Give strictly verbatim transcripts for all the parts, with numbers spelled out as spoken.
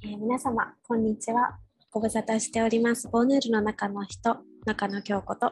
えー、皆様こんにちは。ご無沙汰しております。ボヌールの中の人、中野京子と、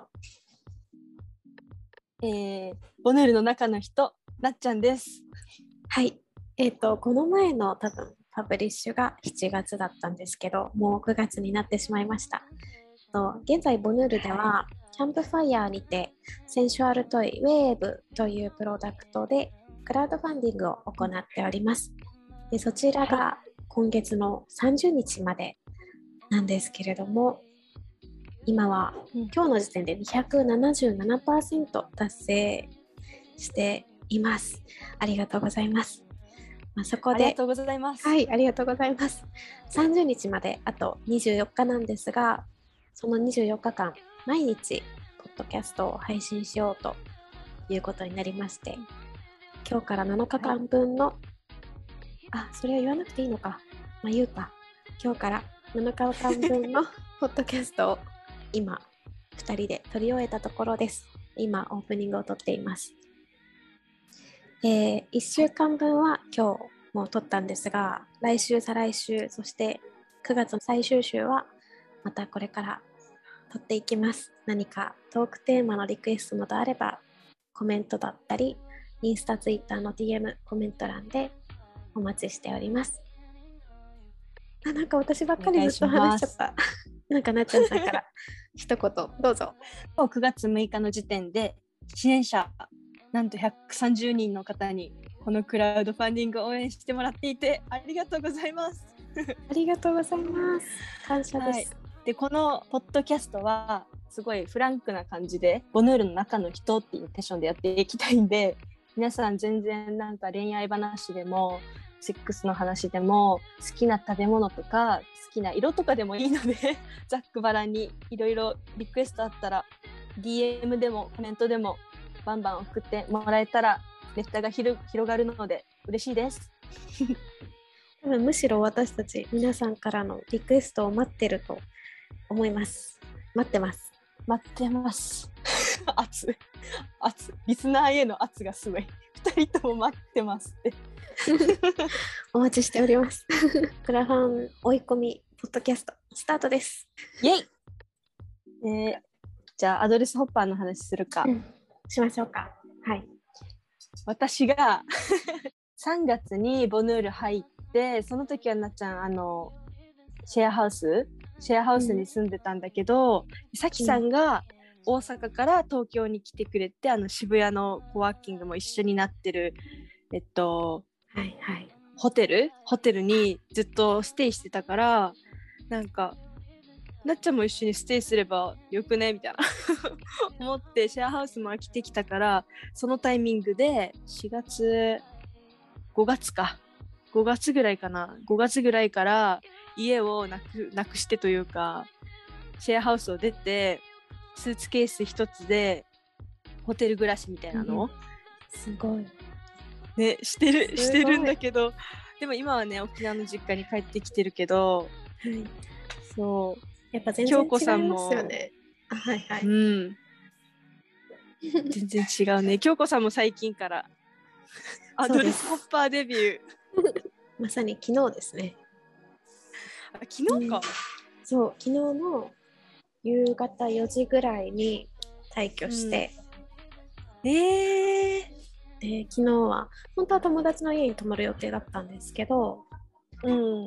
えー、ボヌールの中の人、なっちゃんです。 はい、えっ、ー、とこの前の多分パブリッシュがしちがつだったんですけど、もうくがつになってしまいました。と現在ボヌールではキャンプファイヤーにてセンシュアルトイウェーブというプロダクトでクラウドファンディングを行っております。でそちらが今月のさんじゅうにちまでなんですけれども、今は今日の時点で にひゃくななじゅうななパーセント 達成しています。ありがとうございます。まあ、そこでありがとうございます。 はい、ありがとうございます。さんじゅうにちまであとにじゅうよっかなんですが、そのにじゅうよっかかん毎日ポッドキャストを配信しようということになりまして、今日からなのかかんぶんの、はい、あ、それは言わなくていいのか、まあ、言うか。今日からなのかかんぶんのポッドキャストを今ふたりで撮り終えたところです。今オープニングを撮っています。えー、いっしゅうかんぶんは今日もう撮ったんですが、来週再来週、そしてくがつの最終週はまたこれから撮っていきます。何かトークテーマのリクエストなどあればコメントだったり、インスタ、ツイッターの ディーエム、コメント欄でお待ちしております。あ、なんか私ばっかりずっと話しちゃった。なんかなっちゃんさんから一言どうぞ。 今日くがつむいかの時点で支援者なんとひゃくさんじゅうにんの方にこのクラウドファンディングを応援してもらっていてありがとうございます。 ありがとうございます。感謝です。 はい、でこのポッドキャストはすごいフランクな感じでボヌールの中の人っていうテンションでやっていきたいんで、皆さん全然なんか恋愛話でもセックスの話でも好きな食べ物とか好きな色とかでもいいのでざっくばらんにいろいろリクエストあったら ディーエム でもコメントでもバンバン送ってもらえたらネタが広がるので嬉しいです多分むしろ私たち皆さんからのリクエストを待ってると思います。待ってます待ってます圧圧リスナーへの圧がすごい。ふたりとも待ってますってお待ちしておりますクラファン追い込みポッドキャストスタートです。 イエイ、えー、じゃあアドレスホッパーの話するか、うん、 しましょうか。はい、 私がさんがつにボヌール入って、その時はなっちゃんあのシェアハウスシェアハウスに住んでたんだけど、うん、さきさんが大阪から東京に来てくれて、あの渋谷のコワーキングも一緒になってるえっと、 はいはい、 ホテルホテルにずっとステイしてたから、なんかなっちゃんも一緒にステイすればよくねみたいな思ってシェアハウスも飽きてきたから、そのタイミングでしがつごがつかごがつぐらいかなごがつぐらいから家をなく、なくしてというかシェアハウスを出てスーツケース一つでホテル暮らしみたいなの、うん、 すごいね、してるしてるんだけど、でも今はね沖縄の実家に帰ってきてるけど、 はい、 そうやっぱ全然違いますよね。あ、はいはい、 うん、全然違うね。京子さんも最近からアドレスホッパーデビューまさに昨日ですね。 あ、昨日か、うん、 そう昨日の夕方よじぐらいに退去して、 うん、えーで昨日は本当は友達の家に泊まる予定だったんですけど、うん、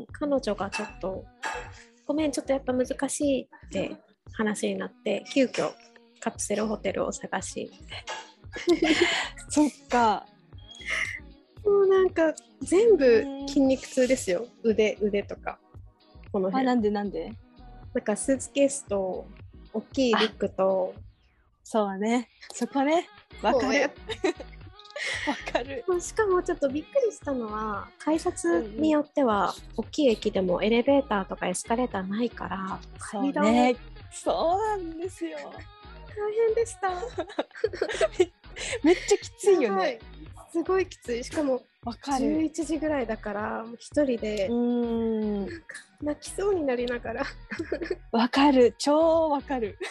彼女がちょっとごめんちょっとやっぱ難しいって話になって急遽カプセルホテルを探しそっか、 もうなんか全部筋肉痛ですよ。腕腕とかこの辺。 あ、なんでなんでなんかスーツケースと大きいリュックと、 そうね、そこね、わかるわかる。 しかもちょっとびっくりしたのは改札によっては大きい駅でもエレベーターとかエスカレーターないから階段、そうね、そうなんですよ、 大変でしためっちゃきついよね。 すごいきつい。しかもじゅういちじぐらいだから一人でうん泣きそうになりながらわかる、超わかる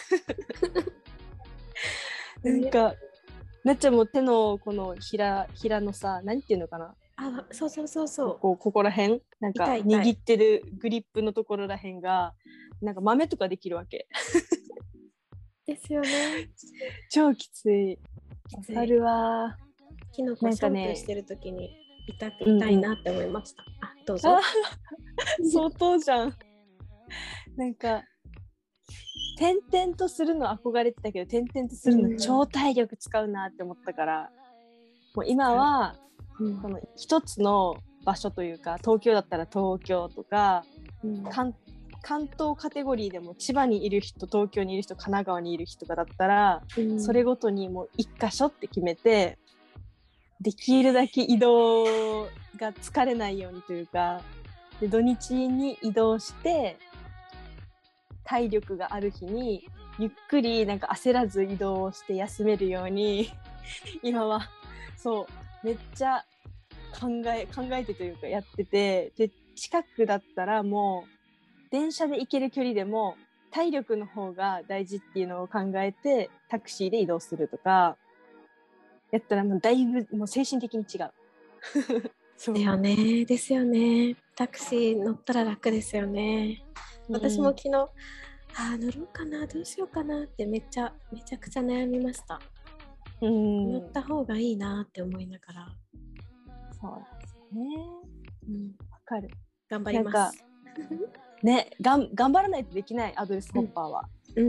なんかなっちゃんも手のこのひらひらのさ、なんていうのかな、 あ、そうそうそうそう。 ここここら辺なんか痛い痛い握ってるグリップのところら辺がなんか豆とかできるわけ。 ですよね。 超きつい。 きついわかるわ。 キノコシャンプーしてる時に痛く痛いなって思いました。あ、どうぞ。 あ相当じゃん。なんか点々とするの憧れてたけど、点々とするの超体力使うなって思ったから、もう今はうんこの一つの場所というか、東京だったら東京とか、 うん関関東カテゴリーでも千葉にいる人、東京にいる人、神奈川にいる人とかだったら、 うんそれごとにもう一箇所って決めて、できるだけ移動が疲れないようにというか、で土日に移動して体力がある日にゆっくりなんか焦らず移動して休めるように今はそうめっちゃ考え考えてというかやってて、で近くだったらもう電車で行ける距離でも体力の方が大事っていうのを考えてタクシーで移動するとかやったらもうだいぶもう精神的に違う。そうだよね。ですよね。タクシー乗ったら楽ですよね。私も昨日、あー乗ろうかな、どうしようかなってめっちゃめちゃくちゃ悩みました。 うん、 乗った方がいいなって思いながら、 そうなんですよね。 うん、 わかる。 頑張りまなんかす。 ね、がん頑張らないとできないアドレスホッパーは。 うん。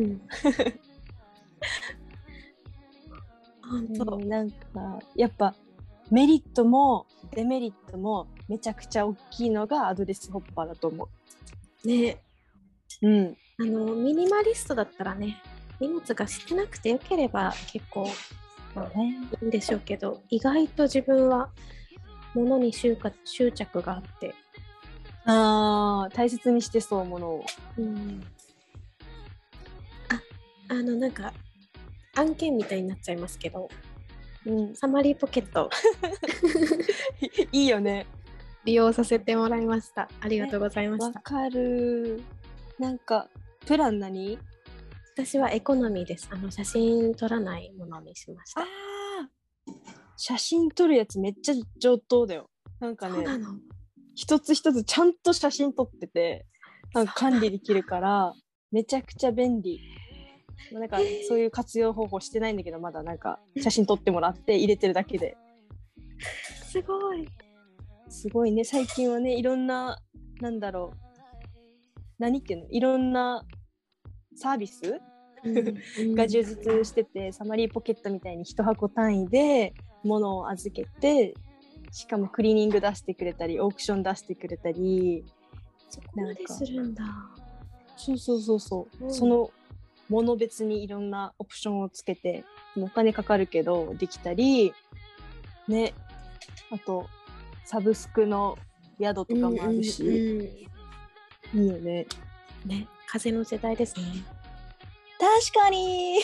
本当、 うん、なんかやっぱメリットもデメリットもめちゃくちゃ大きいのがアドレスホッパーだと思う。 ね、 うん。 あのミニマリストだったらね、荷物が少なくてよければ結構そうね。 いいんでしょうけど、意外と自分は物に執着執着があって、 ああ、大切にしてそうものを。 うん、あ、あのなんか案件みたいになっちゃいますけど、 うん、 サマリーポケットいいよね。 利用させてもらいました。ありがとうございましわた。 かる。なんかプラン何？ 私はエコノミーです。あの写真撮らないものにしました。 ああ、写真撮るやつめっちゃ上等だよ。なんかね、 そうなの。 一つ一つちゃんと写真撮ってて、なんか管理できるからめちゃくちゃ便利。なんかそういう活用方法してないんだけど、まだなんか写真撮ってもらって入れてるだけで。 すごい。 すごいね。最近はね、いろんな、なんだろう、何っていうの、いろんなサービスうんが充実してて、サマリーポケットみたいに一箱単位で物を預けて、しかもクリーニング出してくれたりオークション出してくれたり、 そこまでするんだ。 そうそうそうそう、 うん、 その物別にいろんなオプションをつけて、お金かかるけどできたりね。あとサブスクの宿とかもあるし、 うんうんうん、 いいよね。 ね、風の時代ですね。 確かに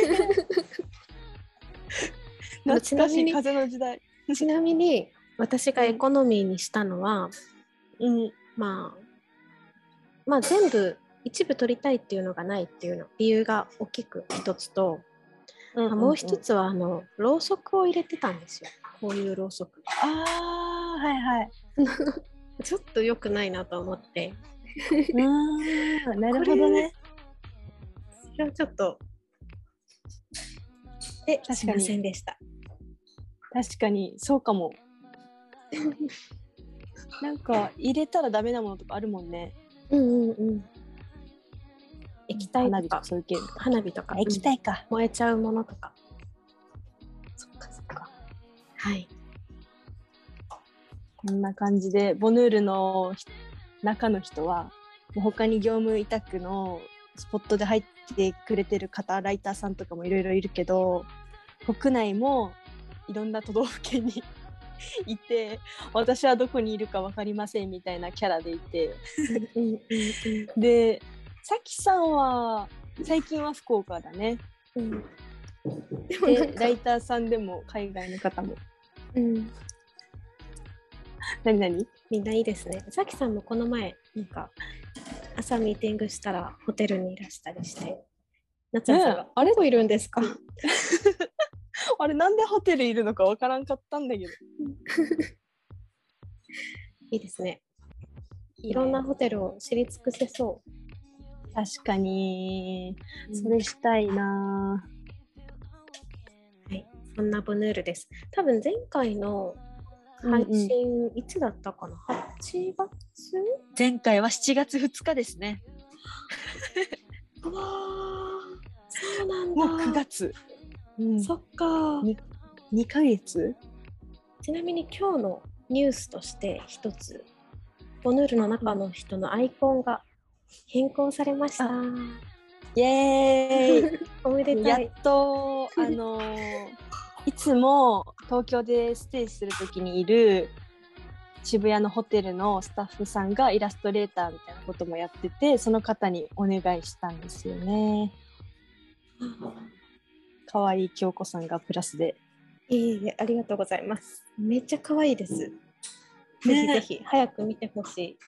懐かしい風の時代。 ちなみに私がエコノミーにしたのは、 うん、 まあまあ全部一部取りたいっていうのがないっていうの理由が大きく一つと、 うんうんうん、 もう一つはあのろうそくを入れてたんですよ。こういうろうそく。 ああ、はいはい。 ちょっと良くないなと思って。 うーん、なるほどね。 それはちょっとでしませんでした。 確かにそうかも。なんか入れたらダメなものとかあるもんね。 うんうんうん。液体とかそういう系花火とか液体か、 うん、燃えちゃうものとか。 そっかそっか。 はい。 こんな感じでボヌールの中の人はもう他に業務委託のスポットで入ってくれてる方、ライターさんとかもいろいろいるけど、国内もいろんな都道府県にいて、私はどこにいるか分かりませんみたいなキャラでいてで、さきさんは最近は福岡だね、うん、でもでライターさんでも海外の方も、うん、何何みんないいですね。さきさんもこの前なんか朝ミーティングしたらホテルにいらしたりして、なっちゃんさんが、ね、あれどこいるんですかあれなんでホテルいるのかわからんかったんだけどいいですね。いろんなホテルを知り尽くせそ確かに、 う。 それしたいな。 はい、そんなボヌールです。多分前回の配信いつだったかな、うんうん、はちがつ？ 前回はしちがつふつかですね。 うわー、そうなんだ。 もうくがつ、 うん、そっか。 に, にかげつ。 ちなみに今日のニュースとして一つ、ボヌールの中の人のアイコンが変更されました。 イエーイおめでたい。 やっとあのー、いつも東京でステイするときにいる渋谷のホテルのスタッフさんがイラストレーターみたいなこともやってて、その方にお願いしたんですよね。かわいい京子さんがプラスで。 いいえ、ありがとうございます。めっちゃ可愛いです。ぜひぜひ早く見てほしい。